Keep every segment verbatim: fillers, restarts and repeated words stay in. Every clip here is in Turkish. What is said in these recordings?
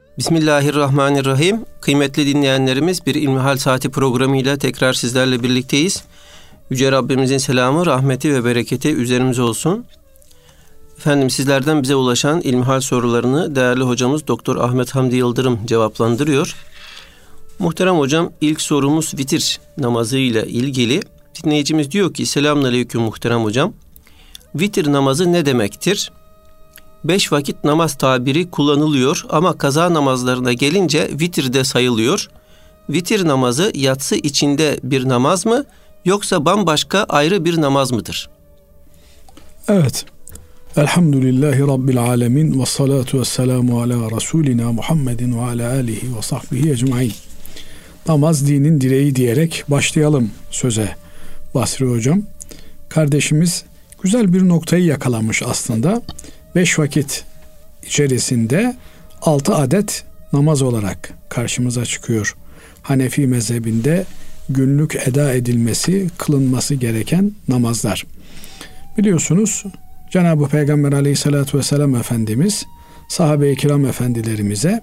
Bismillahirrahmanirrahim. Kıymetli dinleyenlerimiz, bir İlmihal Saati programıyla tekrar sizlerle birlikteyiz. Yüce Rabbimizin selamı, rahmeti ve bereketi üzerimize olsun. Efendim, sizlerden bize ulaşan ilmihal sorularını değerli hocamız Doktor Ahmet Hamdi Yıldırım cevaplandırıyor. Muhterem hocam, ilk sorumuz vitir namazıyla ilgili. Dinleyicimiz diyor ki, selamünaleyküm muhterem hocam. Vitir namazı ne demektir? Beş vakit namaz tabiri kullanılıyor ama kaza namazlarına gelince vitir de sayılıyor. Vitir namazı yatsı içinde bir namaz mı yoksa bambaşka ayrı bir namaz mıdır? Evet. Elhamdülillahi Rabbil alemin ve salatu ve selamu ala Resulina Muhammedin ve ala alihi ve sahbihi ecmain. Namaz dinin direği diyerek başlayalım söze Basri hocam. Kardeşimiz güzel bir noktayı yakalamış aslında. Beş vakit içerisinde altı adet namaz olarak karşımıza çıkıyor. Hanefi mezhebinde günlük eda edilmesi, kılınması gereken namazlar. Biliyorsunuz Cenab-ı Peygamber Aleyhisselatü Vesselam Efendimiz sahabe-i kiram efendilerimize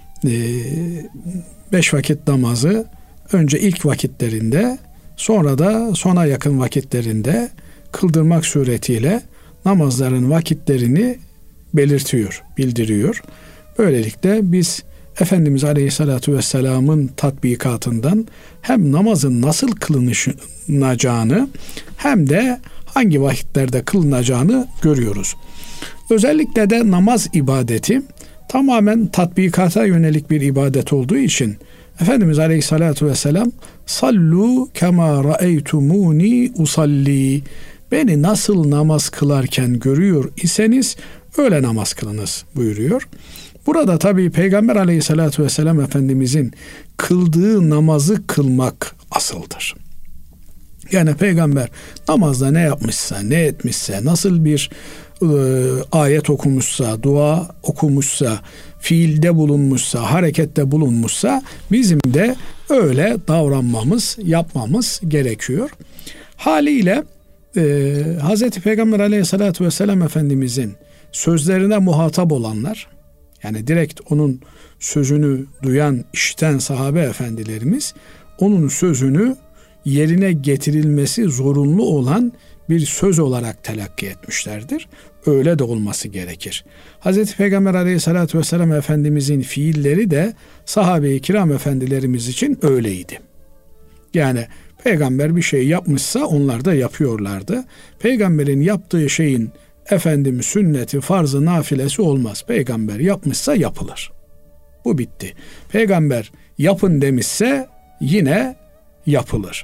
beş vakit namazı önce ilk vakitlerinde, sonra da sona yakın vakitlerinde kıldırmak suretiyle namazların vakitlerini belirtiyor, bildiriyor. Böylelikle biz Efendimiz Aleyhisselatü Vesselam'ın tatbikatından hem namazın nasıl kılınacağını hem de hangi vakitlerde kılınacağını görüyoruz. Özellikle de namaz ibadeti tamamen tatbikata yönelik bir ibadet olduğu için Efendimiz Aleyhisselatü Vesselam sallu kema ra'eytumuni usalli, beni nasıl namaz kılarken görüyor iseniz öyle namaz kılınız buyuruyor. Burada tabii Peygamber Aleyhisselatü Vesselam Efendimizin kıldığı namazı kılmak asıldır. Yani Peygamber namazda ne yapmışsa, ne etmişse, nasıl bir e, ayet okumuşsa, dua okumuşsa, fiilde bulunmuşsa, harekette bulunmuşsa bizim de öyle davranmamız, yapmamız gerekiyor. Haliyle e, Hazreti Peygamber Aleyhisselatü Vesselam Efendimizin sözlerine muhatap olanlar, yani direkt onun sözünü duyan, işiten sahabe efendilerimiz onun sözünü yerine getirilmesi zorunlu olan bir söz olarak telakki etmişlerdir. Öyle de olması gerekir. Hazreti Peygamber Aleyhisselatü Vesselam Efendimizin fiilleri de sahabe-i kiram efendilerimiz için öyleydi. Yani Peygamber bir şey yapmışsa onlar da yapıyorlardı. Peygamberin yaptığı şeyin efendim sünneti, farzı, nafilesi olmaz. Peygamber yapmışsa yapılır. Bu bitti. Peygamber yapın demişse yine yapılır.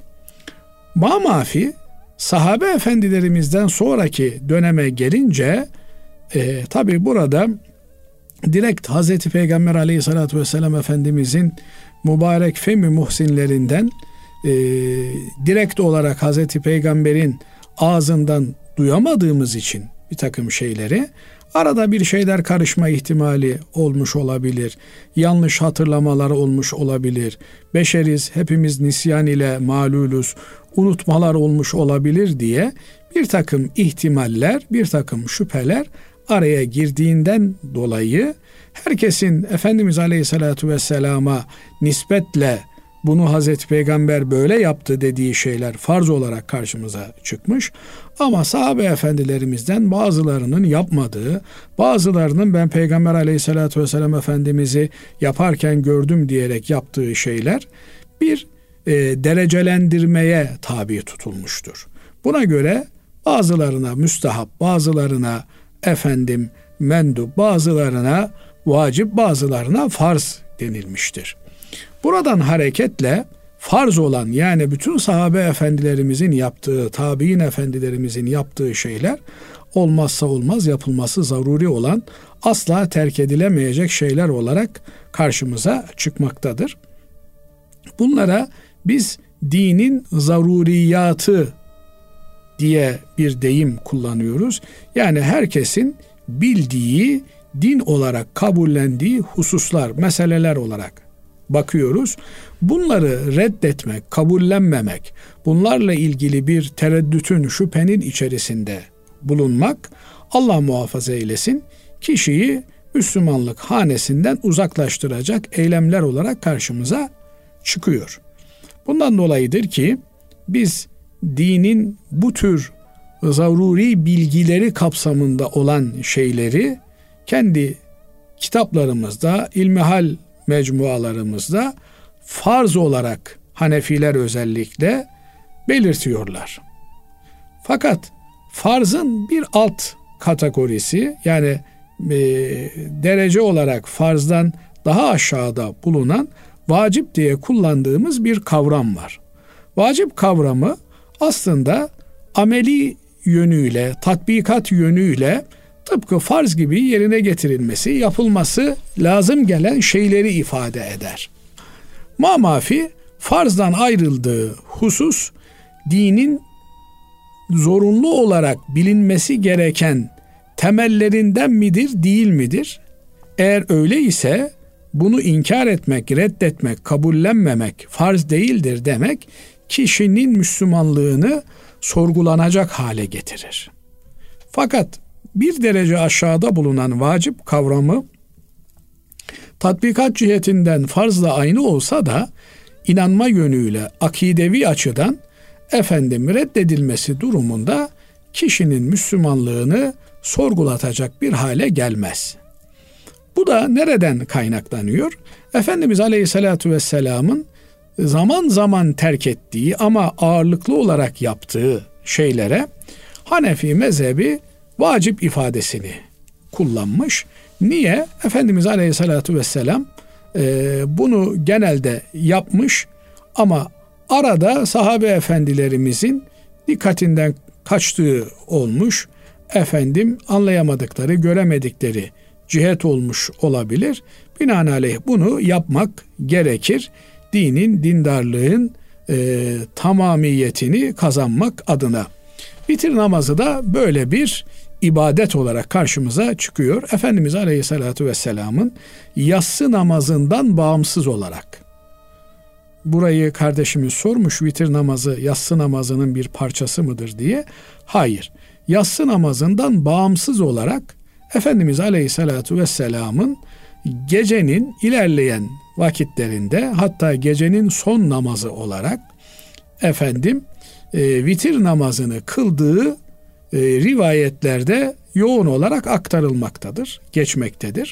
Mamafi sahabe efendilerimizden sonraki döneme gelince e, tabi burada direkt Hazreti Peygamber Aleyhisselatü Vesselam Efendimizin mübarek femi muhsinlerinden e, direkt olarak Hazreti Peygamber'in ağzından duyamadığımız için bir takım şeyleri, arada bir şeyler karışma ihtimali olmuş olabilir. Yanlış hatırlamalar olmuş olabilir. Beşeriz, hepimiz nisyan ile maluluz. Unutmalar olmuş olabilir diye bir takım ihtimaller, bir takım şüpheler araya girdiğinden dolayı herkesin Efendimiz Aleyhisselatü Vesselam'a nispetle bunu Hazreti Peygamber böyle yaptı dediği şeyler farz olarak karşımıza çıkmış. Ama sahabe efendilerimizden bazılarının yapmadığı, bazılarının ben Peygamber Aleyhisselatü Vesselam Efendimiz'i yaparken gördüm diyerek yaptığı şeyler bir e, derecelendirmeye tabi tutulmuştur. Buna göre bazılarına müstehap, bazılarına efendim mendup, bazılarına vacip, bazılarına farz denilmiştir. Buradan hareketle farz olan, yani bütün sahabe efendilerimizin yaptığı, tabiin efendilerimizin yaptığı şeyler olmazsa olmaz, yapılması zaruri olan, asla terk edilemeyecek şeyler olarak karşımıza çıkmaktadır. Bunlara biz dinin zaruriyatı diye bir deyim kullanıyoruz. Yani herkesin bildiği, din olarak kabullendiği hususlar, meseleler olarak bakıyoruz. Bunları reddetmek, kabullenmemek, bunlarla ilgili bir tereddütün, şüphenin içerisinde bulunmak, Allah muhafaza eylesin, kişiyi Müslümanlık hanesinden uzaklaştıracak eylemler olarak karşımıza çıkıyor. Bundan dolayıdır ki biz dinin bu tür zaruri bilgileri kapsamında olan şeyleri kendi kitaplarımızda, ilmihal mecmualarımızda farz olarak Hanefiler özellikle belirtiyorlar. Fakat farzın bir alt kategorisi, yani e, derece olarak farzdan daha aşağıda bulunan vacip diye kullandığımız bir kavram var. Vacip kavramı aslında ameli yönüyle, tatbikat yönüyle tıpkı farz gibi yerine getirilmesi, yapılması lazım gelen şeyleri ifade eder. Mamafi, farzdan ayrıldığı husus, dinin zorunlu olarak bilinmesi gereken temellerinden midir, değil midir? Eğer öyle ise bunu inkar etmek, reddetmek, kabullenmemek, farz değildir demek, kişinin Müslümanlığını sorgulanacak hale getirir. Fakat bir derece aşağıda bulunan vacip kavramı, tatbikat cihetinden farzla aynı olsa da inanma yönüyle, akidevi açıdan efendim reddedilmesi durumunda kişinin Müslümanlığını sorgulatacak bir hale gelmez. Bu da nereden kaynaklanıyor? Efendimiz Aleyhisselatü Vesselam'ın zaman zaman terk ettiği ama ağırlıklı olarak yaptığı şeylere Hanefi mezhebi vacip ifadesini kullanmış. Niye? Efendimiz Aleyhisselatü Vesselam e, bunu genelde yapmış ama arada sahabe efendilerimizin dikkatinden kaçtığı olmuş, efendim anlayamadıkları, göremedikleri cihet olmuş olabilir. Binaenaleyh bunu yapmak gerekir. Dinin, dindarlığın e, tamamiyetini kazanmak adına. Vitir namazı da böyle bir ibadet olarak karşımıza çıkıyor. Efendimiz Aleyhisselatü Vesselam'ın yatsı namazından bağımsız olarak. Burayı kardeşimiz sormuş, vitir namazı yatsı namazının bir parçası mıdır diye. Hayır. Yatsı namazından bağımsız olarak Efendimiz Aleyhisselatü Vesselam'ın gecenin ilerleyen vakitlerinde, hatta gecenin son namazı olarak efendim e, vitir namazını kıldığı e, rivayetlerde yoğun olarak aktarılmaktadır, geçmektedir.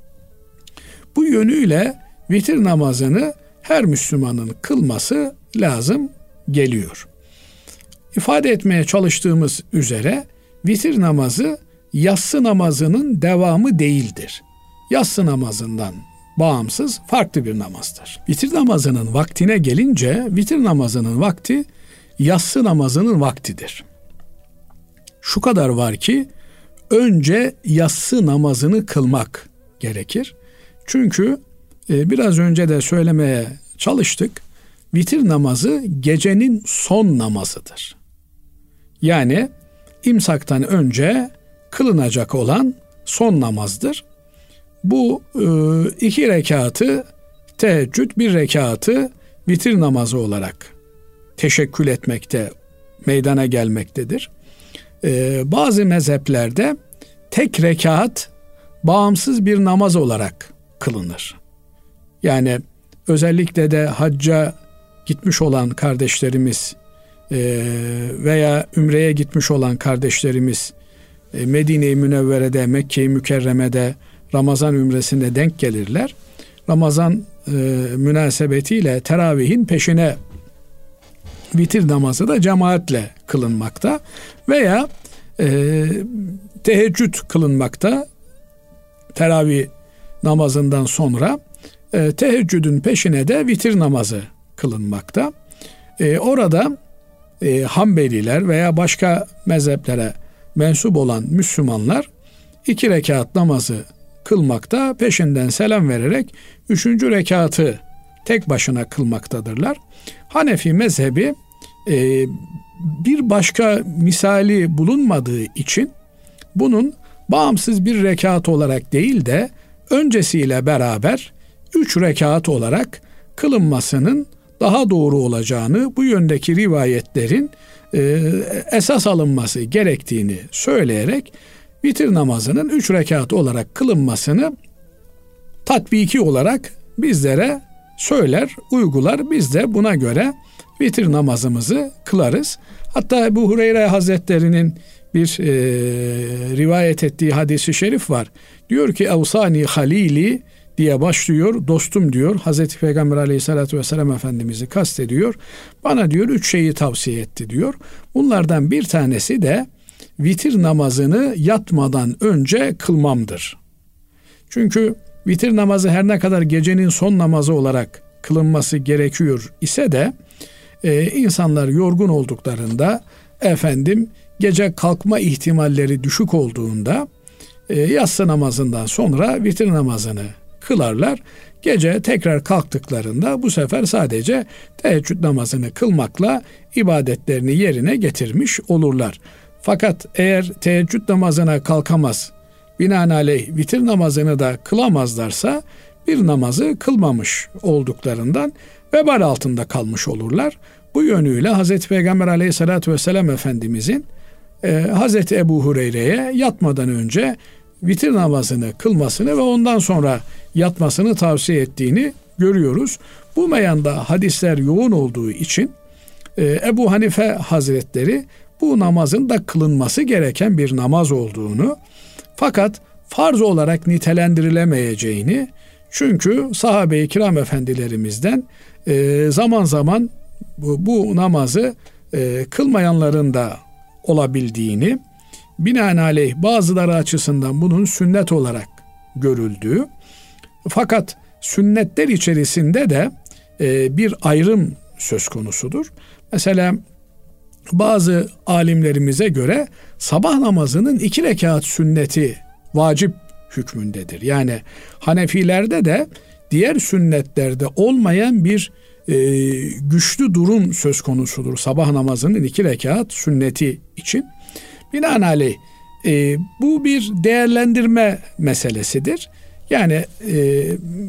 Bu yönüyle vitir namazını her Müslümanın kılması lazım geliyor. İfade etmeye çalıştığımız üzere vitir namazı yatsı namazının devamı değildir. Yatsı namazından bağımsız farklı bir namazdır. Vitir namazının vaktine gelince vitir namazının vakti yatsı namazının vaktidir. Şu kadar var ki önce yatsı namazını kılmak gerekir. Çünkü e, biraz önce de söylemeye çalıştık. Vitir namazı gecenin son namazıdır. Yani imsaktan önce kılınacak olan son namazdır. Bu e, iki rekatı teheccüd, bir rekatı vitir namazı olarak teşekkül etmekte, meydana gelmektedir. E, bazı mezheplerde tek rekat bağımsız bir namaz olarak kılınır. Yani özellikle de hacca gitmiş olan kardeşlerimiz e, veya ümreye gitmiş olan kardeşlerimiz e, Medine-i Münevvere'de, Mekke-i Mükerreme'de Ramazan ümresinde denk gelirler. Ramazan e, münasebetiyle teravihin peşine vitir namazı da cemaatle kılınmakta veya e, teheccüd kılınmakta. Teravih namazından sonra e, teheccüdün peşine de vitir namazı kılınmakta. E, orada e, Hanbeliler veya başka mezheplere mensup olan Müslümanlar iki rekat namazı kılmakta, peşinden selam vererek üçüncü rekatı tek başına kılmaktadırlar. Hanefi mezhebi e, bir başka misali bulunmadığı için bunun bağımsız bir rekat olarak değil de öncesiyle beraber üç rekat olarak kılınmasının daha doğru olacağını, bu yöndeki rivayetlerin e, esas alınması gerektiğini söyleyerek vitir namazının üç rekat olarak kılınmasını tatbiki olarak bizlere söyler, uygular. Biz de buna göre vitir namazımızı kılarız. Hatta Ebu Hureyre Hazretleri'nin bir e, rivayet ettiği hadisi şerif var. Diyor ki Evsani halili diye başlıyor. Dostum diyor. Hazreti Peygamber Aleyhisselatü Vesselam Efendimiz'i kastediyor. Bana diyor üç şeyi tavsiye etti diyor. Bunlardan bir tanesi de vitir namazını yatmadan önce kılmamdır. Çünkü vitir namazı her ne kadar gecenin son namazı olarak kılınması gerekiyor ise de e, insanlar yorgun olduklarında, efendim gece kalkma ihtimalleri düşük olduğunda e, yatsı namazından sonra vitir namazını kılarlar. Gece tekrar kalktıklarında bu sefer sadece teheccüd namazını kılmakla ibadetlerini yerine getirmiş olurlar. Fakat eğer teheccüd namazına kalkamaz, binaenaleyh vitir namazını da kılamazlarsa bir namazı kılmamış olduklarından vebal altında kalmış olurlar. Bu yönüyle Hazreti Peygamber Aleyhisselatü Vesselam Efendimizin e, Hazreti Ebu Hureyre'ye yatmadan önce vitir namazını kılmasını ve ondan sonra yatmasını tavsiye ettiğini görüyoruz. Bu meyanda hadisler yoğun olduğu için e, Ebu Hanife Hazretleri bu namazın da kılınması gereken bir namaz olduğunu, fakat farz olarak nitelendirilemeyeceğini, çünkü sahabe-i kiram efendilerimizden e, zaman zaman bu, bu namazı e, kılmayanların da olabildiğini, binaenaleyh bazıları açısından bunun sünnet olarak görüldüğü, fakat sünnetler içerisinde de e, bir ayrım söz konusudur. Mesela bazı alimlerimize göre sabah namazının iki rekat sünneti vacip hükmündedir. Yani Hanefilerde de diğer sünnetlerde olmayan bir e, güçlü durum söz konusudur sabah namazının iki rekat sünneti için. Binaenaleyh e, bu bir değerlendirme meselesidir. Yani e,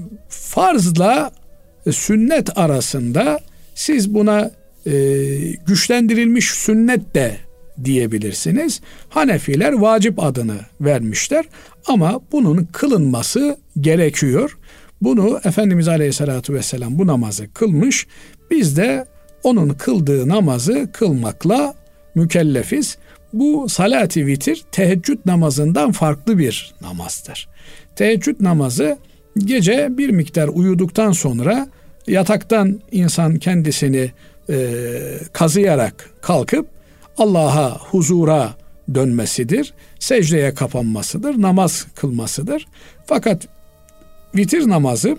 farzla sünnet arasında siz buna e, güçlendirilmiş sünnet de diyebilirsiniz. Hanefiler vacip adını vermişler ama bunun kılınması gerekiyor. Bunu Efendimiz Aleyhisselatü Vesselam bu namazı kılmış. Biz de onun kıldığı namazı kılmakla mükellefiz. Bu salat-i vitir teheccüd namazından farklı bir namazdır. Teheccüd namazı gece bir miktar uyuduktan sonra yataktan insan kendisini e, kazıyarak kalkıp Allah'a, huzura dönmesidir. Secdeye kapanmasıdır, namaz kılmasıdır. Fakat vitir namazı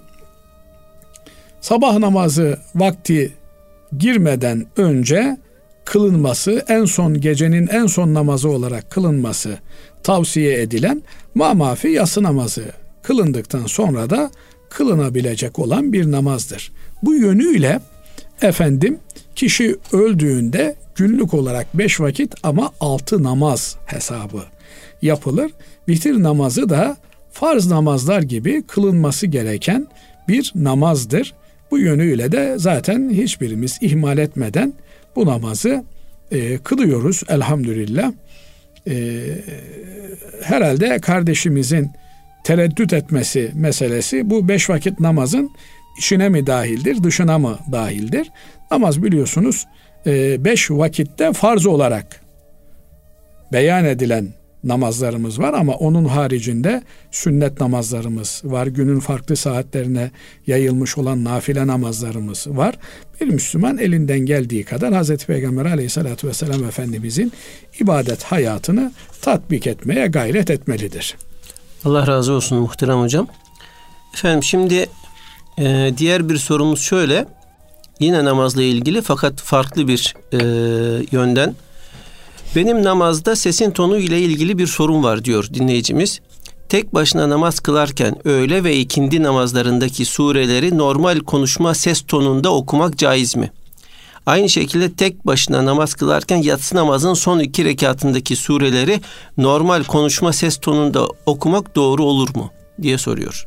sabah namazı vakti girmeden önce kılınması, en son gecenin en son namazı olarak kılınması tavsiye edilen mamafi yatsı namazı kılındıktan sonra da kılınabilecek olan bir namazdır. Bu yönüyle efendim kişi öldüğünde günlük olarak beş vakit ama altı namaz hesabı yapılır. Vitir namazı da farz namazlar gibi kılınması gereken bir namazdır. Bu yönüyle de zaten hiçbirimiz ihmal etmeden bu namazı e, kılıyoruz elhamdülillah. E, herhalde kardeşimizin tereddüt etmesi meselesi bu beş vakit namazın içine mi dahildir, dışına mı dahildir? Namaz biliyorsunuz e, beş vakitte farz olarak beyan edilen namazlarımız var ama onun haricinde sünnet namazlarımız var. Günün farklı saatlerine yayılmış olan nafile namazlarımız var. Bir Müslüman elinden geldiği kadar Hazreti Peygamber Aleyhisselatü Vesselam Efendimizin ibadet hayatını tatbik etmeye gayret etmelidir. Allah razı olsun muhterem hocam. Efendim şimdi e, diğer bir sorumuz şöyle. Yine namazla ilgili fakat farklı bir e, yönden. Benim namazda sesin tonu ile ilgili bir sorun var diyor dinleyicimiz. Tek başına namaz kılarken öğle ve ikindi namazlarındaki sureleri normal konuşma ses tonunda okumak caiz mi? Aynı şekilde tek başına namaz kılarken yatsı namazın son iki rekatındaki sureleri normal konuşma ses tonunda okumak doğru olur mu diye soruyor.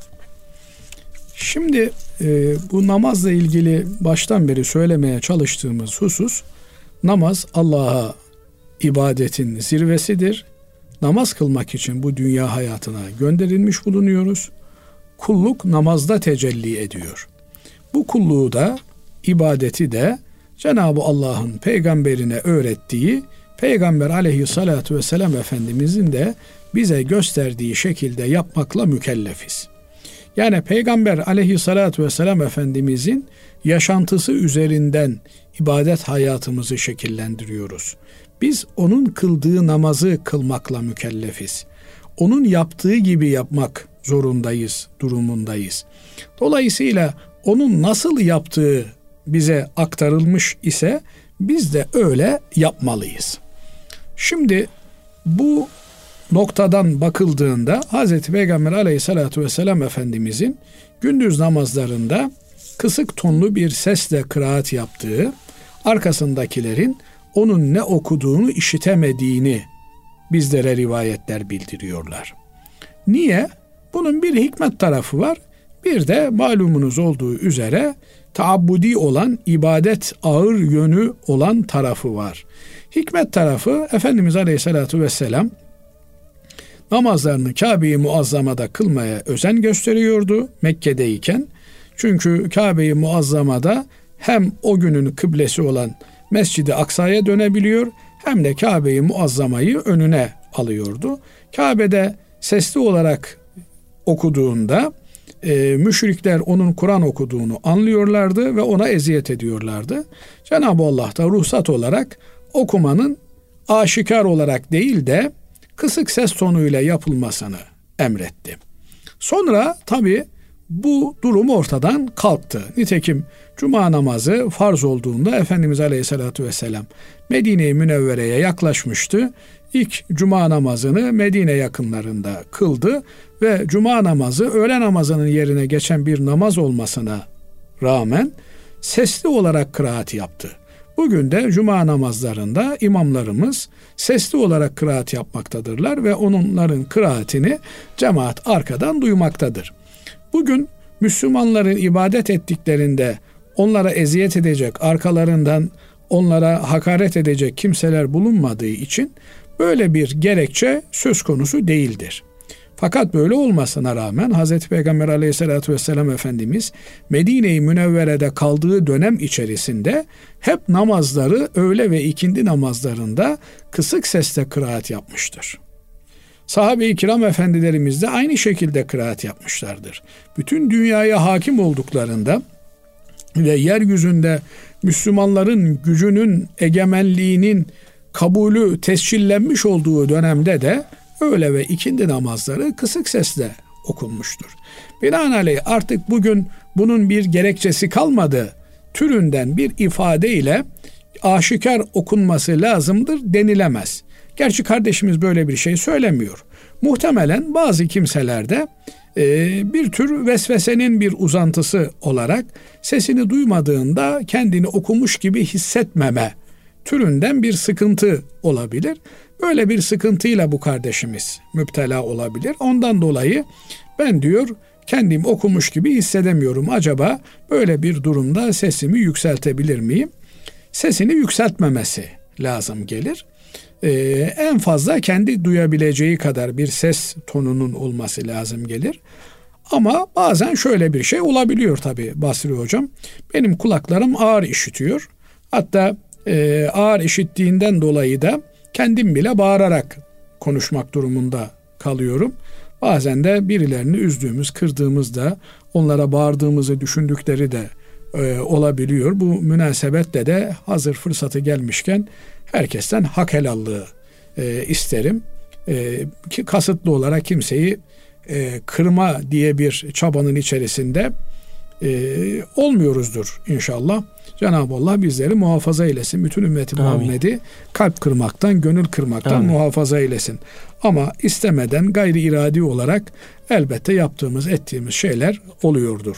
Şimdi e, bu namazla ilgili baştan beri söylemeye çalıştığımız husus, namaz Allah'a ibadetin zirvesidir. namaz kılmak için bu dünya hayatına gönderilmiş bulunuyoruz. Kulluk namazda tecelli ediyor. Bu kulluğu da, ibadeti de Cenab-ı Allah'ın peygamberine öğrettiği, Peygamber aleyhissalatu vesselam Efendimizin de bize gösterdiği şekilde yapmakla mükellefiz. Yani Peygamber aleyhissalatu vesselam Efendimizin yaşantısı üzerinden ibadet hayatımızı şekillendiriyoruz. Biz onun kıldığı namazı kılmakla mükellefiz. Onun yaptığı gibi yapmak zorundayız, durumundayız. Dolayısıyla onun nasıl yaptığı bize aktarılmış ise biz de öyle yapmalıyız. Şimdi bu noktadan bakıldığında Hazreti Peygamber aleyhissalatu vesselam Efendimizin gündüz namazlarında kısık tonlu bir sesle kıraat yaptığı, arkasındakilerin onun ne okuduğunu işitemediğini bizlere rivayetler bildiriyorlar. Niye? Bunun bir hikmet tarafı var. Bir de malumunuz olduğu üzere taabbudi olan, ibadet ağır yönü olan tarafı var. Hikmet tarafı, Efendimiz Aleyhisselatü Vesselam namazlarını Kabe-i Muazzama'da kılmaya özen gösteriyordu Mekke'deyken. Çünkü Kabe-i Muazzama'da hem o günün kıblesi olan Mescid-i Aksa'ya dönebiliyor, hem de Kabe-i Muazzama'yı önüne alıyordu. Kabe'de sesli olarak okuduğunda e, müşrikler onun Kur'an okuduğunu anlıyorlardı ve ona eziyet ediyorlardı. Cenab-ı Allah da ruhsat olarak okumanın aşikar olarak değil de kısık ses tonuyla yapılmasını emretti. Sonra tabi bu durum ortadan kalktı. Nitekim Cuma namazı farz olduğunda Efendimiz Aleyhisselatü Vesselam Medine-i Münevvere'ye yaklaşmıştı. İlk Cuma namazını Medine yakınlarında kıldı ve Cuma namazı öğle namazının yerine geçen bir namaz olmasına rağmen sesli olarak kıraat yaptı. Bugün de Cuma namazlarında imamlarımız sesli olarak kıraat yapmaktadırlar ve onların kıraatini cemaat arkadan duymaktadır. Bugün Müslümanların ibadet ettiklerinde onlara eziyet edecek, arkalarından onlara hakaret edecek kimseler bulunmadığı için böyle bir gerekçe söz konusu değildir. Fakat böyle olmasına rağmen Hazreti Peygamber Aleyhisselatü Vesselam Efendimiz Medine-i Münevvere'de kaldığı dönem içerisinde hep namazları öğle ve ikindi namazlarında kısık sesle kıraat yapmıştır. Sahabe-i kiram efendilerimiz de aynı şekilde kıraat yapmışlardır. Bütün dünyaya hakim olduklarında ve yeryüzünde Müslümanların gücünün, egemenliğinin kabulü tescillenmiş olduğu dönemde de öğle ve ikindi namazları kısık sesle okunmuştur. Binaenaleyh artık bugün bunun bir gerekçesi kalmadı türünden bir ifadeyle aşikar okunması lazımdır denilemez. Gerçi kardeşimiz böyle bir şey söylemiyor. Muhtemelen bazı kimselerde e, bir tür vesvesenin bir uzantısı olarak sesini duymadığında kendini okumuş gibi hissetmeme türünden bir sıkıntı olabilir. Böyle bir sıkıntıyla bu kardeşimiz müptela olabilir. Ondan dolayı ben diyor kendim okumuş gibi hissedemiyorum. Acaba böyle bir durumda sesimi yükseltebilir miyim? Sesini yükseltmemesi lazım gelir. Ee, en fazla kendi duyabileceği kadar bir ses tonunun olması lazım gelir. Ama bazen şöyle bir şey olabiliyor tabii Basri Hocam. Benim kulaklarım ağır işitiyor. Hatta e, ağır işittiğinden dolayı da kendim bile bağırarak konuşmak durumunda kalıyorum. Bazen de birilerini üzdüğümüz, kırdığımızda onlara bağırdığımızı düşündükleri de e, olabiliyor. Bu münasebetle de hazır fırsatı gelmişken herkesten hak helallığı e, isterim. E, ki kasıtlı olarak kimseyi e, kırma diye bir çabanın içerisinde e, olmuyoruzdur inşallah. Cenab-ı Allah bizleri muhafaza eylesin. Bütün ümmeti Muhammed'i kalp kırmaktan, gönül kırmaktan Amin. muhafaza eylesin. Ama istemeden, gayri iradi olarak elbette yaptığımız, ettiğimiz şeyler oluyordur.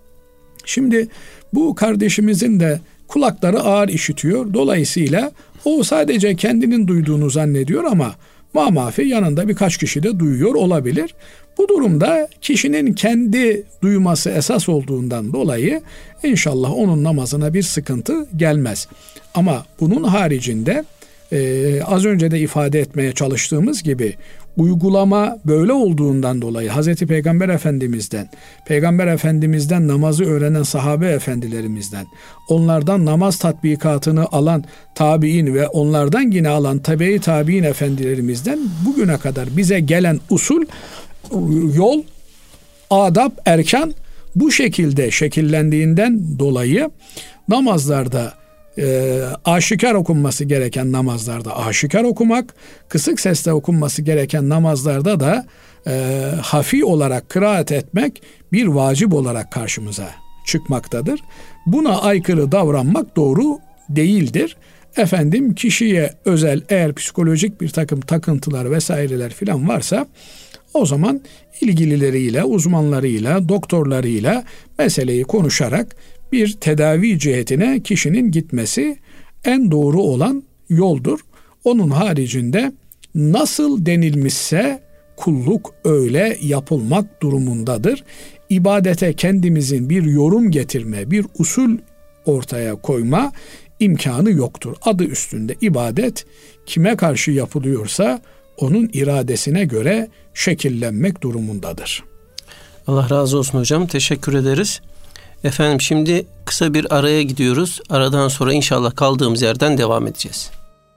Şimdi bu kardeşimizin de kulakları ağır işitiyor. Dolayısıyla o sadece kendinin duyduğunu zannediyor ama mamafi yanında birkaç kişi de duyuyor olabilir. Bu durumda kişinin kendi duyması esas olduğundan dolayı inşallah onun namazına bir sıkıntı gelmez. Ama bunun haricinde Ee, az önce de ifade etmeye çalıştığımız gibi uygulama böyle olduğundan dolayı Hazreti Peygamber Efendimiz'den, Peygamber Efendimiz'den namazı öğrenen sahabe efendilerimizden, onlardan namaz tatbikatını alan tabi'in ve onlardan yine alan tabi-i tabi'in efendilerimizden bugüne kadar bize gelen usul, yol, adab, erkan bu şekilde şekillendiğinden dolayı namazlarda e, aşikar okunması gereken namazlarda aşikar okumak, kısık sesle okunması gereken namazlarda da e, hafi olarak kıraat etmek bir vacip olarak karşımıza çıkmaktadır. Buna aykırı davranmak doğru değildir. Efendim kişiye özel eğer psikolojik bir takım takıntılar vesaireler filan varsa o zaman ilgilileriyle, uzmanlarıyla, doktorlarıyla meseleyi konuşarak bir tedavi cihetine kişinin gitmesi en doğru olan yoldur. Onun haricinde nasıl denilmişse kulluk öyle yapılmak durumundadır. İbadete kendimizin bir yorum getirme, bir usul ortaya koyma imkanı yoktur. Adı üstünde ibadet kime karşı yapılıyorsa onun iradesine göre şekillenmek durumundadır. Allah razı olsun hocam. Teşekkür ederiz. Efendim şimdi kısa bir araya gidiyoruz. Aradan sonra inşallah kaldığımız yerden devam edeceğiz.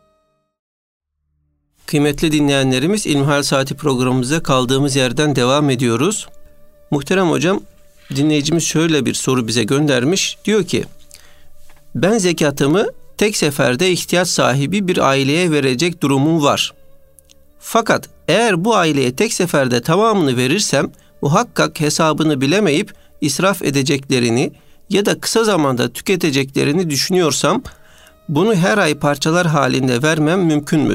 Kıymetli dinleyenlerimiz, İlmihal Saati programımıza kaldığımız yerden devam ediyoruz. Muhterem hocam, dinleyicimiz şöyle bir soru bize göndermiş. Diyor ki, ben zekatımı tek seferde ihtiyaç sahibi bir aileye verecek durumum var. Fakat eğer bu aileye tek seferde tamamını verirsem muhakkak hesabını bilemeyip israf edeceklerini ya da kısa zamanda tüketeceklerini düşünüyorsam bunu her ay parçalar halinde vermem mümkün mü?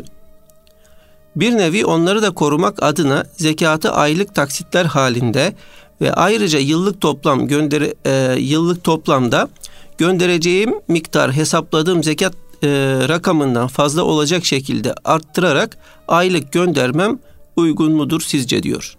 Bir nevi onları da korumak adına zekatı aylık taksitler halinde ve ayrıca yıllık toplam gönder e, yıllık toplamda göndereceğim miktar hesapladığım zekat e, rakamından fazla olacak şekilde arttırarak aylık göndermem uygun mudur sizce diyor.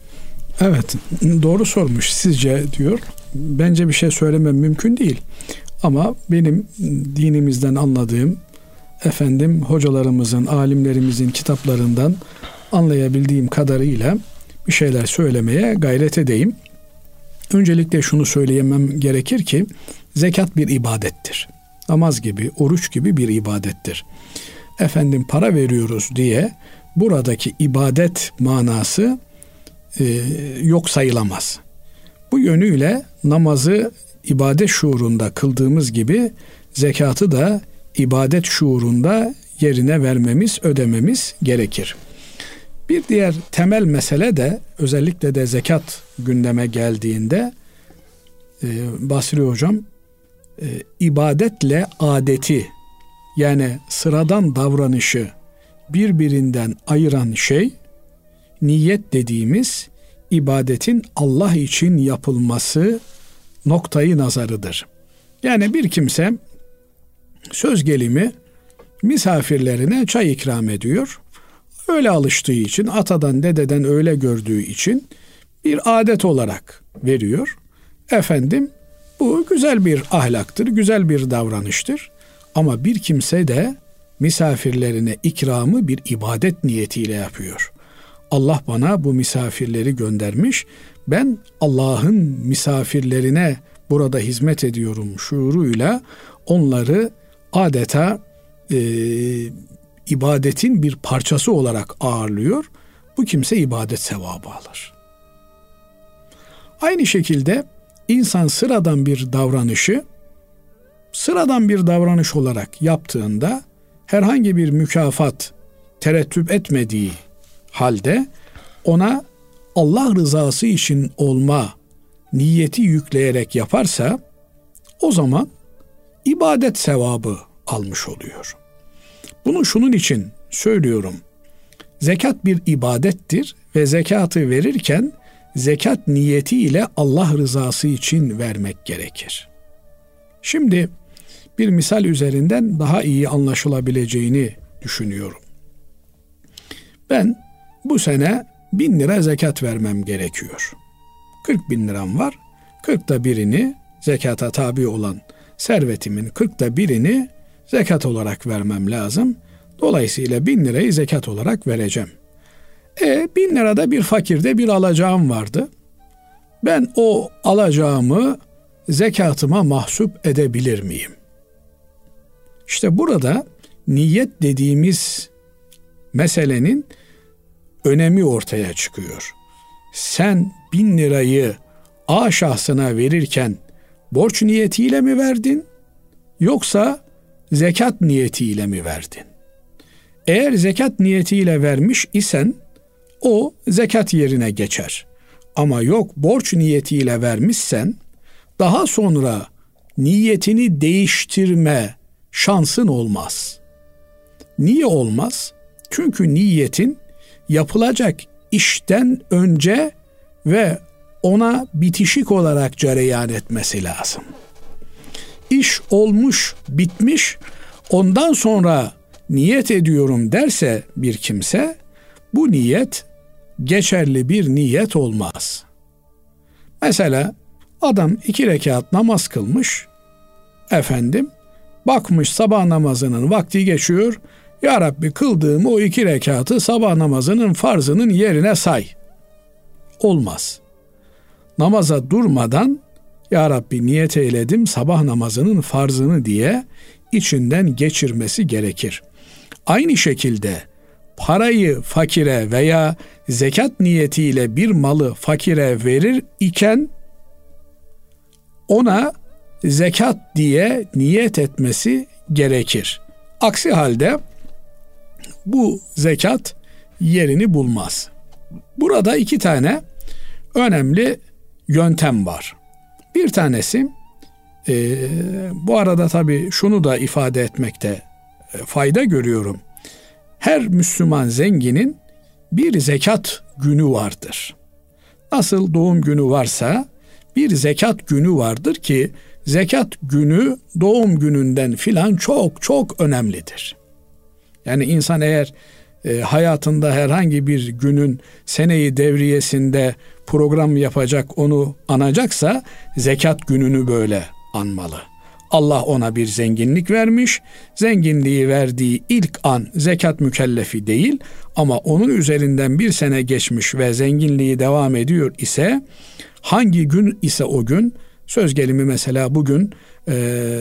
Evet, doğru sormuş sizce diyor. Bence bir şey söylemem mümkün değil. Ama benim dinimizden anladığım, efendim hocalarımızın, alimlerimizin kitaplarından anlayabildiğim kadarıyla bir şeyler söylemeye gayret edeyim. Öncelikle şunu söyleyemem gerekir ki zekat bir ibadettir. Namaz gibi, oruç gibi bir ibadettir. Efendim para veriyoruz diye buradaki ibadet manası e, yok sayılamaz. Bu yönüyle namazı ibadet şuurunda kıldığımız gibi zekatı da ibadet şuurunda yerine vermemiz, ödememiz gerekir. Bir diğer temel mesele de özellikle de zekat gündeme geldiğinde e, Basri Hocam e, ibadetle adeti yani sıradan davranışı birbirinden ayıran şey niyet dediğimiz ibadetin Allah için yapılması noktayı nazarıdır. Yani bir kimse söz gelimi misafirlerine çay ikram ediyor. Öyle alıştığı için, atadan dededen öyle gördüğü için bir adet olarak veriyor. Efendim bu güzel bir ahlaktır, güzel bir davranıştır. Ama bir kimse de misafirlerine ikramı bir ibadet niyetiyle yapıyor. Allah bana bu misafirleri göndermiş. Ben Allah'ın misafirlerine burada hizmet ediyorum şuuruyla onları adeta e, ibadetin bir parçası olarak ağırlıyor. Bu kimse ibadet sevabı alır. Aynı şekilde insan sıradan bir davranışı sıradan bir davranış olarak yaptığında herhangi bir mükafat terettüp etmediği halde ona Allah rızası için olma niyeti yükleyerek yaparsa o zaman ibadet sevabı almış oluyor. Bunu şunun için söylüyorum. Zekat bir ibadettir ve zekatı verirken zekat niyetiyle Allah rızası için vermek gerekir. Şimdi bir misal üzerinden daha iyi anlaşılabileceğini düşünüyorum. Ben bu sene bin lira zekat vermem gerekiyor. kırk bin liram var. kırkta birini zekata tabi olan servetimin kırkta birini zekat olarak vermem lazım. Dolayısıyla bin lirayı zekat olarak vereceğim. E bin lirada bir fakirde bir alacağım vardı. Ben o alacağımı zekatıma mahsup edebilir miyim? İşte burada niyet dediğimiz meselenin önemi ortaya çıkıyor. Sen bin lirayı A şahsına verirken borç niyetiyle mi verdin, yoksa zekat niyetiyle mi verdin? Eğer zekat niyetiyle vermiş isen o zekat yerine geçer. Ama yok, borç niyetiyle vermişsen daha sonra niyetini değiştirme şansın olmaz. Niye olmaz? Çünkü niyetin yapılacak işten önce ve ona bitişik olarak cereyan etmesi lazım. İş olmuş, bitmiş, ondan sonra niyet ediyorum derse bir kimse, bu niyet geçerli bir niyet olmaz. Mesela adam iki rekat namaz kılmış, efendim, bakmış sabah namazının vakti geçiyor, Ya Rabbi kıldığım o iki rekatı sabah namazının farzının yerine say. Olmaz. Namaza durmadan Ya Rabbi niyet eyledim sabah namazının farzını diye içinden geçirmesi gerekir. Aynı şekilde parayı fakire veya zekat niyetiyle bir malı fakire verir iken ona zekat diye niyet etmesi gerekir. Aksi halde bu zekat yerini bulmaz. Burada iki tane önemli yöntem var. Bir tanesi, e, bu arada tabii şunu da ifade etmekte e, fayda görüyorum. Her Müslüman zenginin bir zekat günü vardır. Nasıl doğum günü varsa bir zekat günü vardır ki zekat günü doğum gününden filan çok çok önemlidir. Yani insan eğer e, hayatında herhangi bir günün seneyi devriyesinde program yapacak, onu anacaksa zekat gününü böyle anmalı. Allah ona bir zenginlik vermiş. Zenginliği verdiği ilk an zekat mükellefi değil, ama onun üzerinden bir sene geçmiş ve zenginliği devam ediyor ise, hangi gün ise o gün, söz gelimi mesela bugün e,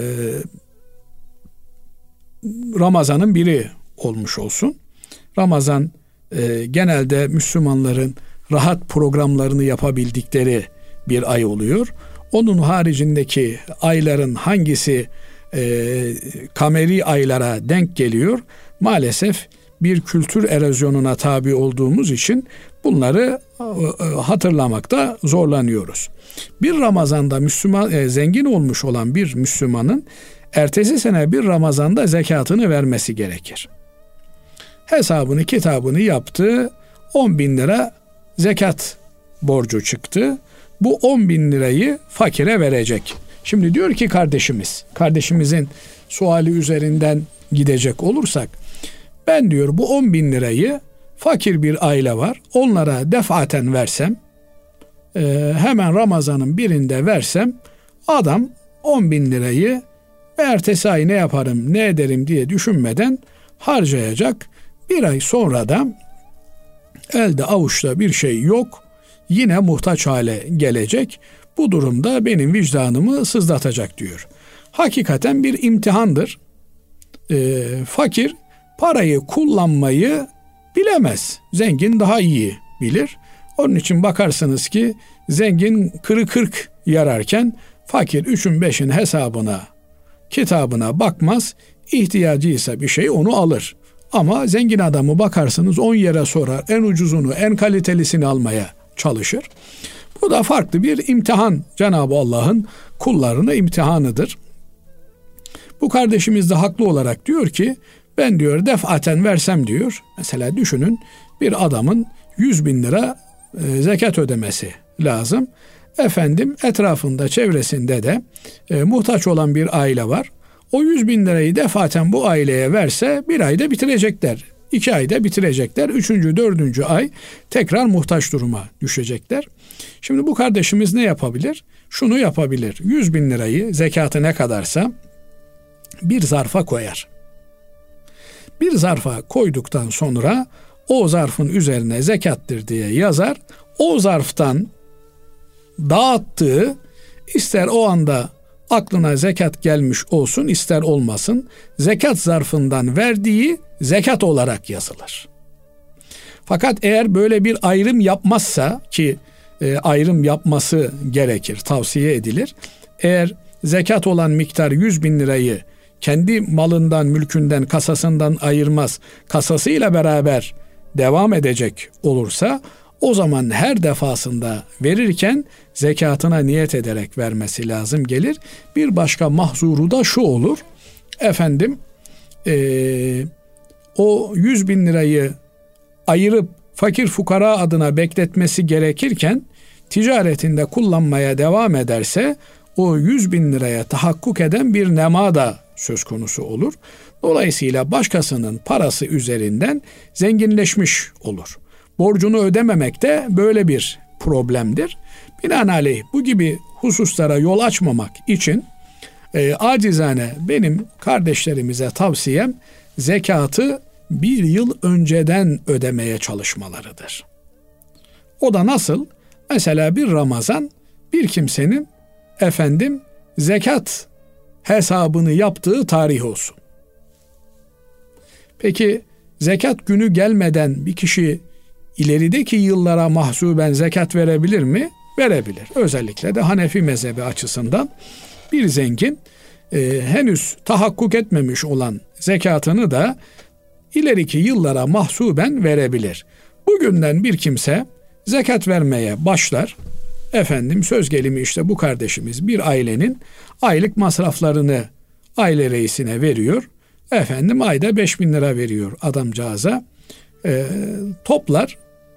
Ramazan'ın biri olmuş olsun. Ramazan e, genelde Müslümanların rahat programlarını yapabildikleri bir ay oluyor. Onun haricindeki ayların hangisi e, kameri aylara denk geliyor? Maalesef bir kültür erozyonuna tabi olduğumuz için bunları e, hatırlamakta zorlanıyoruz. Bir Ramazan'da Müslüman e, zengin olmuş olan bir Müslümanın ertesi sene bir Ramazan'da zekatını vermesi gerekir. Hesabını kitabını yaptı, on bin lira zekat borcu çıktı. Bu on bin lirayı fakire verecek. Şimdi diyor ki kardeşimiz, kardeşimizin suali üzerinden gidecek olursak, ben diyor bu on bin lirayı fakir bir aile var, onlara defaten versem, e, hemen Ramazan'ın birinde versem, adam on bin lirayı ertesi ay ne yaparım, ne ederim diye düşünmeden harcayacak. Bir ay sonra da elde avuçta bir şey yok, yine muhtaç hale gelecek. Bu durumda benim vicdanımı sızlatacak diyor. Hakikaten bir imtihandır. E, fakir parayı kullanmayı bilemez. Zengin daha iyi bilir. Onun için bakarsınız ki zengin kırı kırk yararken fakir üçün beşin hesabına, kitabına bakmaz. İhtiyacıysa bir şey onu alır. Ama zengin adamı bakarsınız on yere sorar. En ucuzunu, en kalitelisini almaya çalışır. Bu da farklı bir imtihan. Cenab-ı Allah'ın kullarına imtihanıdır. Bu kardeşimiz de haklı olarak diyor ki, ben diyor defaten versem diyor. Mesela düşünün, bir adamın yüz bin lira e, zekat ödemesi lazım. Efendim etrafında, çevresinde de e, muhtaç olan bir aile var. O yüz bin lirayı defaten bu aileye verse bir ayda bitirecekler. iki ayda bitirecekler. Üçüncü, dördüncü ay tekrar muhtaç duruma düşecekler. Şimdi bu kardeşimiz ne yapabilir? Şunu yapabilir. yüz bin lirayı, zekatı ne kadarsa bir zarfa koyar. bir zarfa koyduktan sonra o zarfın üzerine zekattır diye yazar. O zarftan dağıttığı, ister o anda aklına zekat gelmiş olsun ister olmasın, zekat zarfından verdiği zekat olarak yazılır. Fakat eğer böyle bir ayrım yapmazsa, ki e, ayrım yapması gerekir, tavsiye edilir. Eğer zekat olan miktar yüz bin lirayı kendi malından, mülkünden, kasasından ayırmaz, kasasıyla beraber devam edecek olursa, o zaman her defasında verirken zekatına niyet ederek vermesi lazım gelir. Bir başka mahzuru da şu olur. Efendim ee, o yüz bin lirayı ayırıp fakir fukara adına bekletmesi gerekirken ticaretinde kullanmaya devam ederse o yüz bin liraya tahakkuk eden bir nema da söz konusu olur. Dolayısıyla başkasının parası üzerinden zenginleşmiş olur. Borcunu ödememek de böyle bir problemdir. Binaenaleyh bu gibi hususlara yol açmamak için e, acizane benim kardeşlerimize tavsiyem zekatı bir yıl önceden ödemeye çalışmalarıdır. O da nasıl? Mesela bir Ramazan bir kimsenin efendim zekat hesabını yaptığı tarih olsun. Peki zekat günü gelmeden bir kişi ilerideki yıllara mahsuben zekat verebilir mi? Verebilir. Özellikle de Hanefi mezhebi açısından bir zengin e, henüz tahakkuk etmemiş olan zekatını da ileriki yıllara mahsuben verebilir. Bugünden bir kimse zekat vermeye başlar. Efendim söz gelimi işte bu kardeşimiz bir ailenin aylık masraflarını aile reisine veriyor. Efendim ayda beş bin lira veriyor adamcağıza. E, toplar.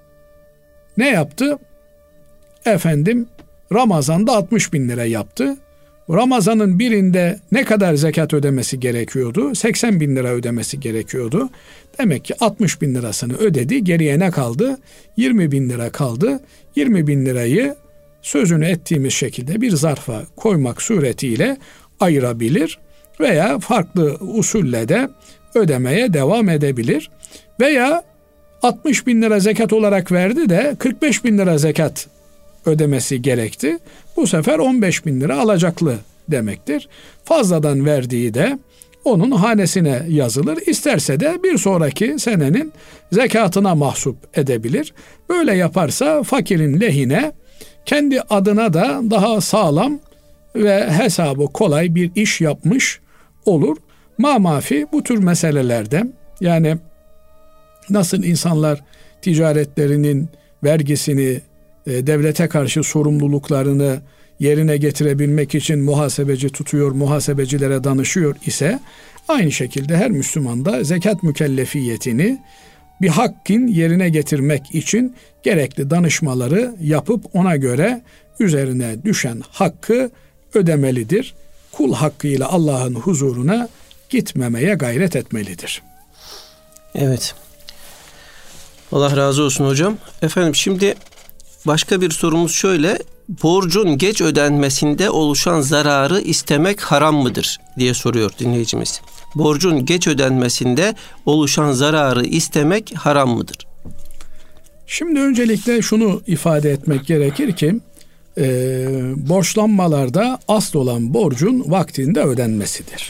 Ne yaptı? Efendim Ramazan'da altmış bin lira yaptı. Ramazan'ın birinde ne kadar zekat ödemesi gerekiyordu? seksen bin lira ödemesi gerekiyordu. Demek ki altmış bin lirasını ödedi. Geriye ne kaldı? yirmi bin lira kaldı. yirmi bin lirayı sözünü ettiğimiz şekilde bir zarfa koymak suretiyle ayırabilir veya farklı usulle de ödemeye devam edebilir. Veya altmış bin lira zekat olarak verdi de kırk beş bin lira zekat ödemesi gerekti. Bu sefer on beş bin lira alacaklı demektir. Fazladan verdiği de onun hanesine yazılır. İsterse de bir sonraki senenin zekatına mahsup edebilir. Böyle yaparsa fakirin lehine, kendi adına da daha sağlam ve hesabı kolay bir iş yapmış olur. Mamafi bu tür meselelerde, yani nasıl insanlar ticaretlerinin vergisini, devlete karşı sorumluluklarını yerine getirebilmek için muhasebeci tutuyor, muhasebecilere danışıyor ise, aynı şekilde her Müslüman da zekat mükellefiyetini bir hakkın yerine getirmek için gerekli danışmaları yapıp ona göre üzerine düşen hakkı ödemelidir. Kul hakkıyla Allah'ın huzuruna gitmemeye gayret etmelidir. Evet. Allah razı olsun hocam. Efendim şimdi başka bir sorumuz şöyle. Borcun geç ödenmesinde oluşan zararı istemek haram mıdır diye soruyor dinleyicimiz. Borcun geç ödenmesinde oluşan zararı istemek haram mıdır? Şimdi öncelikle şunu ifade etmek gerekir ki e, borçlanmalarda asıl olan borcun vaktinde ödenmesidir.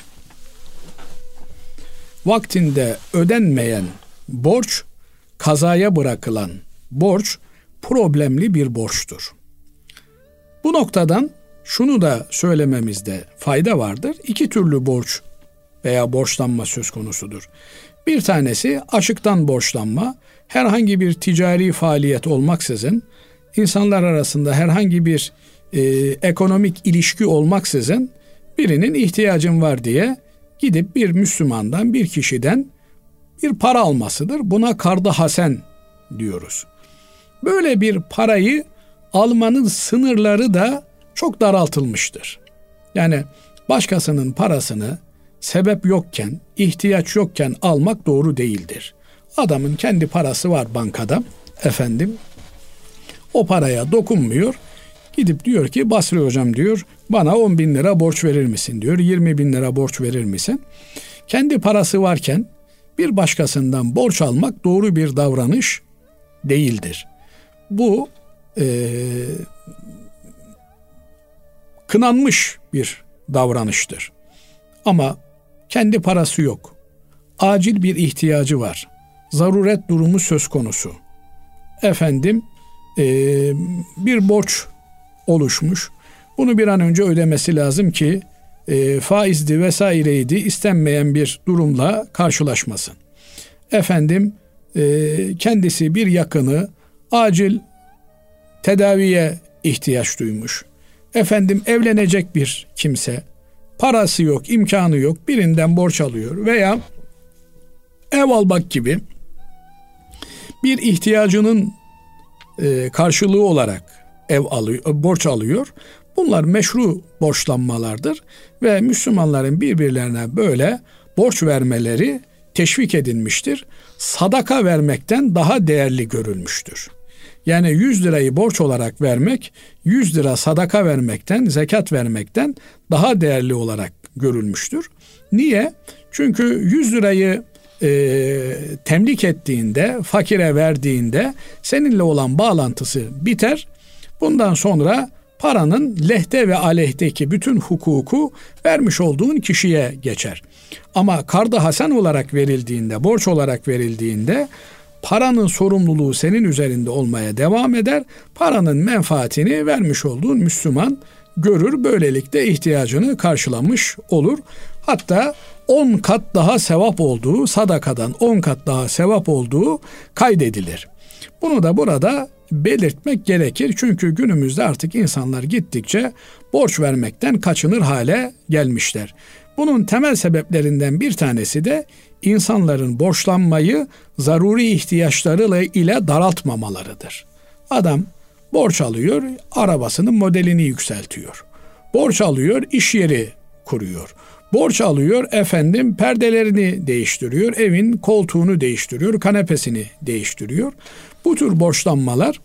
Vaktinde ödenmeyen borç, kazaya bırakılan borç problemli bir borçtur. Bu noktadan şunu da söylememizde fayda vardır. İki türlü borç veya borçlanma söz konusudur. Bir tanesi açıktan borçlanma, herhangi bir ticari faaliyet olmaksızın, insanlar arasında herhangi bir e, ekonomik ilişki olmaksızın birinin ihtiyacın var diye gidip bir Müslümandan, bir kişiden bir para almasıdır. Buna kard-ı hasen diyoruz. Böyle bir parayı almanın sınırları da çok daraltılmıştır. Yani başkasının parasını sebep yokken, ihtiyaç yokken almak doğru değildir. Adamın kendi parası var bankada, efendim, o paraya dokunmuyor. Gidip diyor ki Basri hocam diyor, bana on bin lira borç verir misin diyor, yirmi bin lira borç verir misin? Kendi parası varken bir başkasından borç almak doğru bir davranış değildir. Bu e, kınanmış bir davranıştır. Ama kendi parası yok. Acil bir ihtiyacı var. Zaruret durumu söz konusu. Efendim e, bir borç oluşmuş. Bunu bir an önce ödemesi lazım ki e, faizdi vesaireydi istenmeyen bir durumla karşılaşmasın. Efendim e, kendisi bir yakını acil tedaviye ihtiyaç duymuş. Efendim evlenecek bir kimse, parası yok, imkanı yok, birinden borç alıyor veya ev almak gibi bir ihtiyacının e, karşılığı olarak ev alıyor, borç alıyor. Bunlar meşru borçlanmalardır ve Müslümanların birbirlerine böyle borç vermeleri teşvik edilmiştir. Sadaka vermekten daha değerli görülmüştür. Yani yüz lirayı borç olarak vermek, yüz lira sadaka vermekten, zekat vermekten daha değerli olarak görülmüştür. Niye? Çünkü yüz lirayı e, temlik ettiğinde, fakire verdiğinde seninle olan bağlantısı biter. Bundan sonra paranın lehte ve aleyhteki bütün hukuku vermiş olduğun kişiye geçer. Ama kard-ı hasen olarak verildiğinde, borç olarak verildiğinde paranın sorumluluğu senin üzerinde olmaya devam eder. Paranın menfaatini vermiş olduğun Müslüman görür. Böylelikle ihtiyacını karşılamış olur. Hatta on kat daha sevap olduğu, sadakadan on kat daha sevap olduğu kaydedilir. Bunu da burada belirtmek gerekir. Çünkü günümüzde artık insanlar gittikçe borç vermekten kaçınır hale gelmişler. Bunun temel sebeplerinden bir tanesi de insanların borçlanmayı zaruri ihtiyaçları ile daraltmamalarıdır. Adam borç alıyor, arabasının modelini yükseltiyor. Borç alıyor, iş yeri kuruyor. Borç alıyor, efendim perdelerini değiştiriyor, evin koltuğunu değiştiriyor, kanepesini değiştiriyor. Bu tür borçlanmalar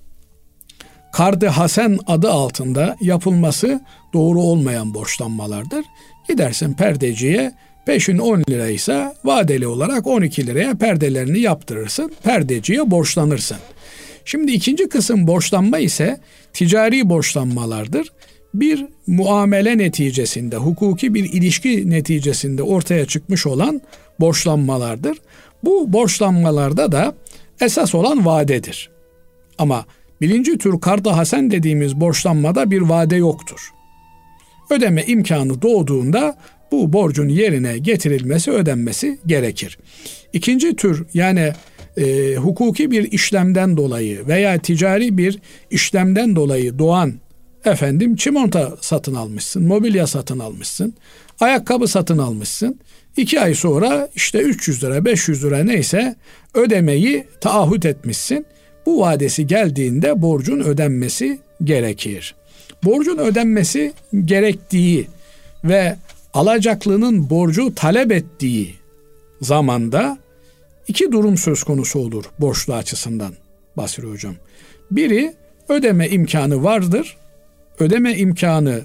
kard-ı hasen adı altında yapılması doğru olmayan borçlanmalardır. Gidersin perdeciye, peşin on liraysa vadeli olarak on iki liraya perdelerini yaptırırsın. Perdeciye borçlanırsın. Şimdi ikinci kısım borçlanma ise ticari borçlanmalardır. Bir muamele neticesinde, hukuki bir ilişki neticesinde ortaya çıkmış olan borçlanmalardır. Bu borçlanmalarda da esas olan vadedir. Ama birinci tür kard-ı hasen dediğimiz borçlanmada bir vade yoktur. Ödeme imkanı doğduğunda bu borcun yerine getirilmesi, ödenmesi gerekir. İkinci tür yani e, hukuki bir işlemden dolayı veya ticari bir işlemden dolayı doğan efendim çimento satın almışsın, mobilya satın almışsın, ayakkabı satın almışsın. İki ay sonra işte üç yüz lira, beş yüz lira neyse ödemeyi taahhüt etmişsin. Bu vadesi geldiğinde borcun ödenmesi gerekir. Borcun ödenmesi gerektiği ve alacaklının borcu talep ettiği zamanda iki durum söz konusu olur borçlu açısından Basri Hocam. Biri ödeme imkanı vardır. Ödeme imkanı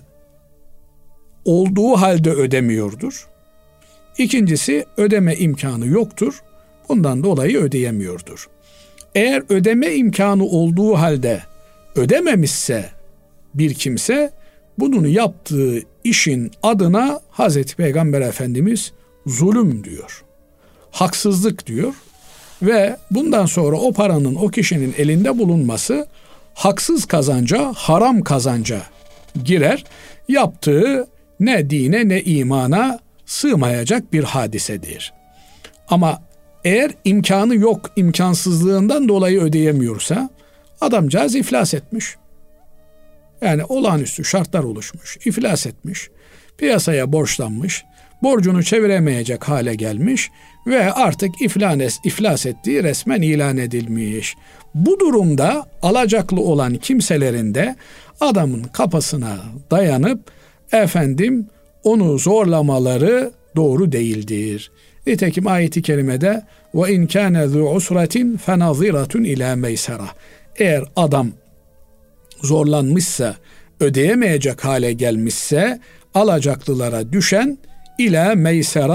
olduğu halde ödemiyordur. İkincisi ödeme imkanı yoktur. Bundan dolayı ödeyemiyordur. Eğer ödeme imkanı olduğu halde ödememişse bir kimse bunun yaptığı işin adına Hazreti Peygamber Efendimiz zulüm diyor. Haksızlık diyor ve bundan sonra o paranın o kişinin elinde bulunması haksız kazanca, haram kazanca girer. Yaptığı ne dine ne imana sığmayacak bir hadisedir. Ama eğer imkanı yok, imkansızlığından dolayı ödeyemiyorsa adamcağız iflas etmiş. Yani olağanüstü şartlar oluşmuş, iflas etmiş, piyasaya borçlanmış, borcunu çeviremeyecek hale gelmiş ve artık iflas, iflas ettiği resmen ilan edilmiş. Bu durumda alacaklı olan kimselerin de adamın kapısına dayanıp efendim onu zorlamaları doğru değildir. Nitekim ayet-i kerimede ve in kana zu usratin fenaziratun ila meysera. Eğer adam zorlanmışsa, ödeyemeyecek hale gelmişse alacaklılara düşen ila meysera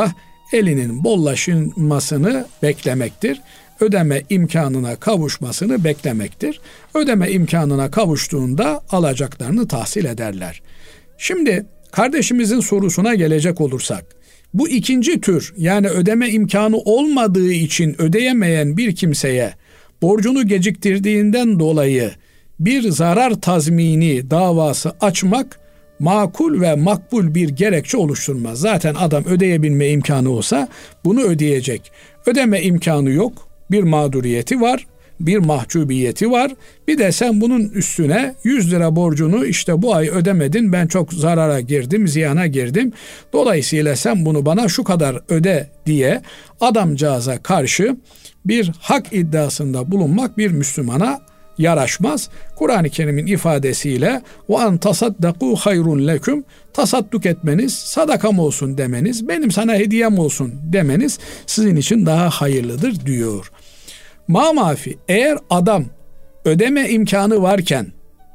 elinin bollaşmasını beklemektir. Ödeme imkanına kavuşmasını beklemektir. Ödeme imkanına kavuştuğunda alacaklarını tahsil ederler. Şimdi kardeşimizin sorusuna gelecek olursak, bu ikinci tür, yani ödeme imkanı olmadığı için ödeyemeyen bir kimseye borcunu geciktirdiğinden dolayı bir zarar tazmini davası açmak makul ve makbul bir gerekçe oluşturmaz. Zaten adam ödeyebilme imkanı olsa bunu ödeyecek. Ödeme imkanı yok, bir mağduriyeti var, bir mahcubiyeti var. Bir de sen bunun üstüne yüz lira borcunu işte bu ay ödemedin, ben çok zarara girdim, ziyana girdim. Dolayısıyla sen bunu bana şu kadar öde diye adamcağıza karşı bir hak iddiasında bulunmak bir Müslümana yaraşmaz. Kur'an-ı Kerim'in ifadesiyle ve an tasaddaku hayrun leküm, tasadduk etmeniz, sadakam olsun demeniz, benim sana hediyem olsun demeniz sizin için daha hayırlıdır diyor. Mamafi, eğer adam ödeme imkanı varken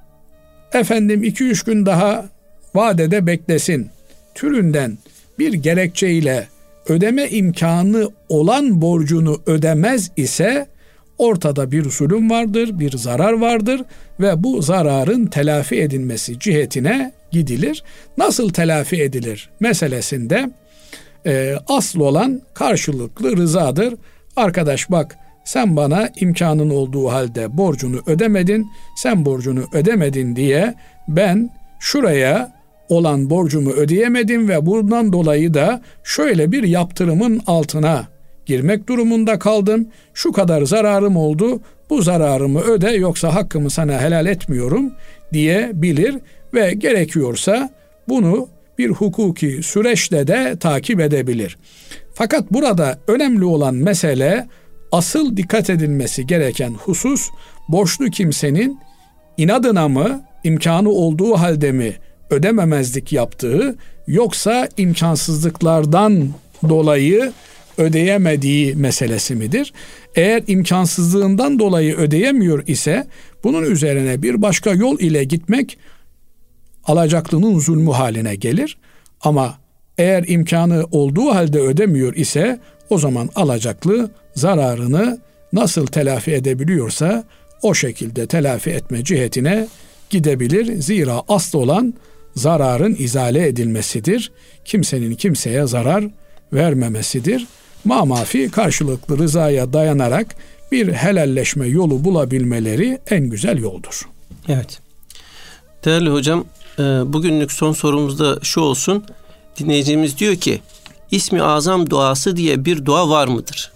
efendim iki üç gün daha vadede beklesin türünden bir gerekçeyle ödeme imkanı olan borcunu ödemez ise ortada bir zulüm vardır, bir zarar vardır ve bu zararın telafi edilmesi cihetine gidilir. Nasıl telafi edilir meselesinde e, asıl olan karşılıklı rızadır. Arkadaş bak, sen bana imkanın olduğu halde borcunu ödemedin, sen borcunu ödemedin diye ben şuraya olan borcumu ödeyemedim ve bundan dolayı da şöyle bir yaptırımın altına girmek durumunda kaldım. Şu kadar zararım oldu, bu zararımı öde yoksa hakkımı sana helal etmiyorum diyebilir ve gerekiyorsa bunu bir hukuki süreçle de takip edebilir. Fakat burada önemli olan mesele, asıl dikkat edilmesi gereken husus, borçlu kimsenin inadına mı, imkanı olduğu halde mi ödememezlik yaptığı, yoksa imkansızlıklardan dolayı ödeyemediği meselesi midir? Eğer imkansızlığından dolayı ödeyemiyor ise bunun üzerine bir başka yol ile gitmek alacaklının zulmü haline gelir. Ama eğer imkanı olduğu halde ödemiyor ise o zaman alacaklı zararını nasıl telafi edebiliyorsa o şekilde telafi etme cihetine gidebilir. Zira asıl olan zararın izale edilmesidir. Kimsenin kimseye zarar vermemesidir. Mamafi karşılıklı rızaya dayanarak bir helalleşme yolu bulabilmeleri en güzel yoldur. Evet. Değerli hocam, bugünlük son sorumuz da şu olsun. Dinleyicimiz diyor ki, İsmi Azam duası diye bir dua var mıdır?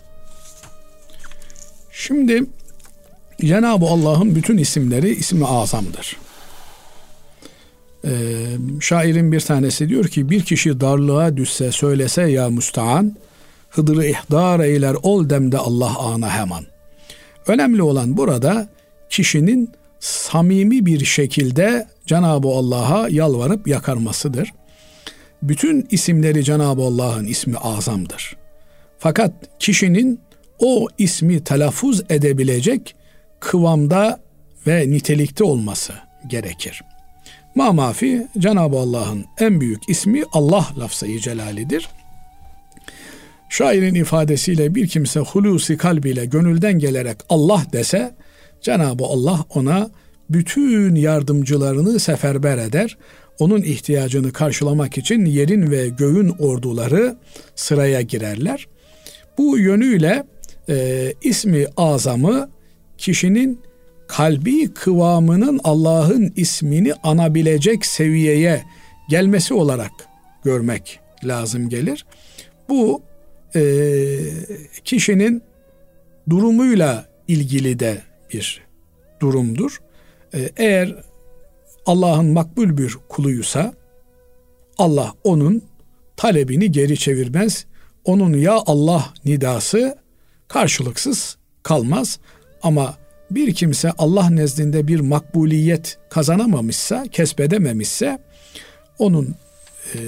Şimdi Cenab-ı Allah'ın bütün isimleri İsmi Azam'dır. Ee, şairin bir tanesi diyor ki, bir kişi darlığa düşse söylese ya müstean, Hıdır'ı ihdar eyler ol demde Allah ana hemen. Önemli olan burada kişinin samimi bir şekilde Cenab-ı Allah'a yalvarıp yakarmasıdır. Bütün isimleri Cenab-ı Allah'ın ismi azamdır. Fakat kişinin o ismi telaffuz edebilecek kıvamda ve nitelikte olması gerekir. Mamafi Cenab-ı Allah'ın en büyük ismi Allah lafzı-i celalidir. Şairin ifadesiyle bir kimse hulusi kalbiyle gönülden gelerek Allah dese, Cenab-ı Allah ona bütün yardımcılarını seferber eder. Onun ihtiyacını karşılamak için yerin ve göğün orduları sıraya girerler. Bu yönüyle e, ismi azamı kişinin kalbi kıvamının Allah'ın ismini anabilecek seviyeye gelmesi olarak görmek lazım gelir. Bu e, kişinin durumuyla ilgili de bir durumdur. E, eğer Allah'ın makbul bir kuluysa Allah onun talebini geri çevirmez. Onun ya Allah nidası karşılıksız kalmaz. Ama bir kimse Allah nezdinde bir makbuliyet kazanamamışsa, kesbedememişse onun e,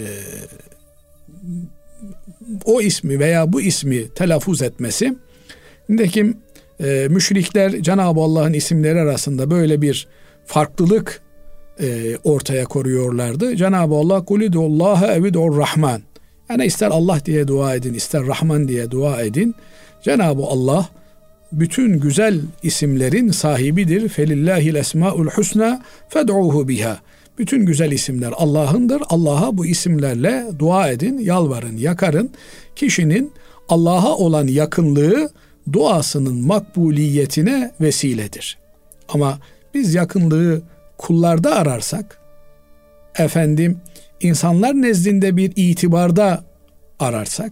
o ismi veya bu ismi telaffuz etmesi, nitekim e, müşrikler Cenab-ı Allah'ın isimleri arasında böyle bir farklılık e, ortaya koyuyorlardı. Cenab-ı Allah kulidullaha evidur rahman, Yani ister Allah diye dua edin, ister Rahman diye dua edin. Cenab-ı Allah bütün güzel isimlerin sahibidir. Felillahil esmaul husna fed'uhu biha. Bütün güzel isimler Allah'ındır. Allah'a bu isimlerle dua edin, yalvarın, yakarın. Kişinin Allah'a olan yakınlığı duasının makbuliyetine vesiledir. Ama biz yakınlığı kullarda ararsak, efendim insanlar nezdinde bir itibarda ararsak,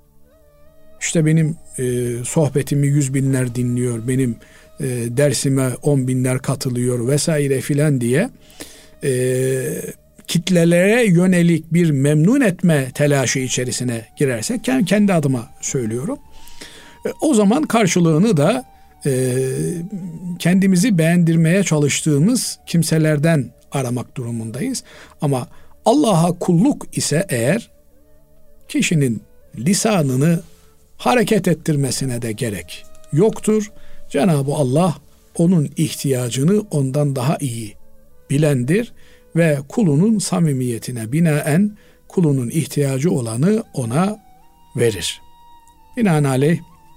işte benim e, sohbetimi yüz binler dinliyor, benim e, dersime on binler katılıyor vesaire filan diye e, kitlelere yönelik bir memnun etme telaşı içerisine girersek, yani kendi adıma söylüyorum, e, o zaman karşılığını da e, kendimizi beğendirmeye çalıştığımız kimselerden aramak durumundayız. Ama Allah'a kulluk ise eğer, kişinin lisanını hareket ettirmesine de gerek yoktur. Cenab-ı Allah onun ihtiyacını ondan daha iyi bilendir ve kulunun samimiyetine binaen kulunun ihtiyacı olanı ona verir. Binaenaleyh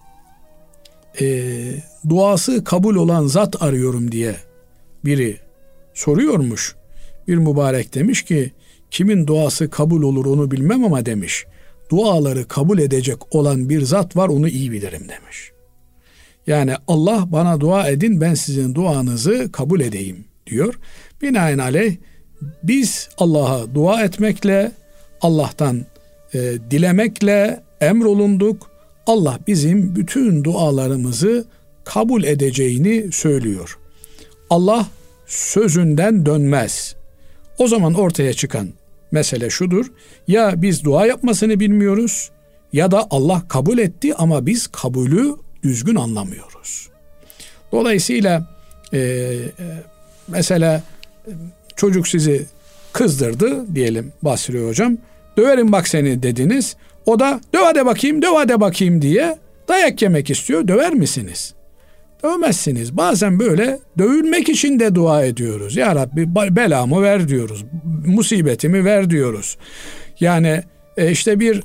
e, duası kabul olan zat arıyorum diye biri soruyormuş. Bir mübarek demiş ki, kimin duası kabul olur onu bilmem ama demiş, duaları kabul edecek olan bir zat var, onu iyi bilirim demiş. Yani Allah bana dua edin, ben sizin duanızı kabul edeyim diyor. Binaenaleyh biz Allah'a dua etmekle, Allah'tan e, dilemekle emrolunduk. Allah bizim bütün dualarımızı kabul edeceğini söylüyor. Allah sözünden dönmez. O zaman ortaya çıkan mesele şudur: ya biz dua yapmasını bilmiyoruz ya da Allah kabul etti ama biz kabulü düzgün anlamıyoruz. Dolayısıyla e, e, mesela çocuk sizi kızdırdı diyelim Basri hocam, döverim bak seni dediniz. O da döv hadi bakayım, döv hadi bakayım diye dayak yemek istiyor. Döver misiniz? Dövmezsiniz. Bazen böyle dövülmek için de dua ediyoruz. Ya Rabbi belamı ver diyoruz. Musibetimi ver diyoruz. Yani e, işte bir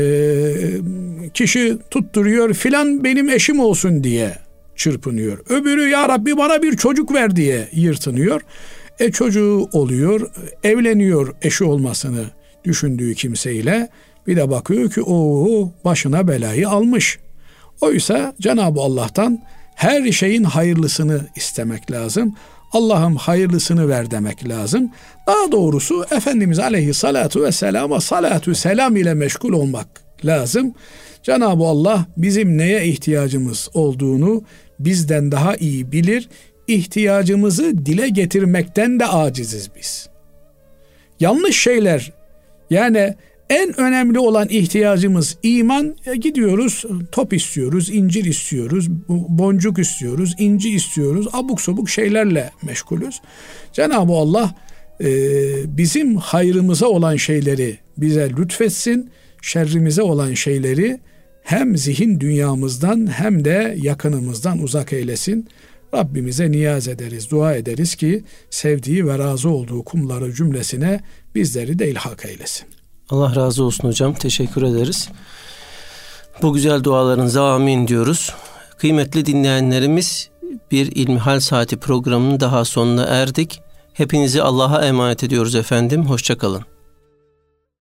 e, kişi tutturuyor, filan benim eşim olsun diye çırpınıyor. Öbürü ya Rabbi bana bir çocuk ver diye yırtınıyor. E çocuğu oluyor, evleniyor eşi olmasını düşündüğü kimseyle. Bir de bakıyor ki o başına belayı almış. Oysa Cenab-ı Allah'tan her şeyin hayırlısını istemek lazım. Allah'ım hayırlısını ver demek lazım. Daha doğrusu Efendimiz Aleyhissalatu vesselama salatu selam ile meşgul olmak lazım. Cenab-ı Allah bizim neye ihtiyacımız olduğunu bizden daha iyi bilir. İhtiyacımızı dile getirmekten de aciziz biz. Yanlış şeyler, yani en önemli olan ihtiyacımız iman. E gidiyoruz, top istiyoruz, incir istiyoruz, boncuk istiyoruz, inci istiyoruz, abuk sabuk şeylerle meşgulüz. Cenab-ı Allah e, bizim hayrımıza olan şeyleri bize lütfetsin, şerrimize olan şeyleri hem zihin dünyamızdan hem de yakınımızdan uzak eylesin. Rabbimize niyaz ederiz, dua ederiz ki sevdiği ve razı olduğu kulları cümlesine bizleri de ilhak eylesin. Allah razı olsun hocam. Teşekkür ederiz. Bu güzel dualarınıza amin diyoruz. Kıymetli dinleyenlerimiz, bir İlmihal Saati programının daha sonuna erdik. Hepinizi Allah'a emanet ediyoruz efendim. Hoşça kalın.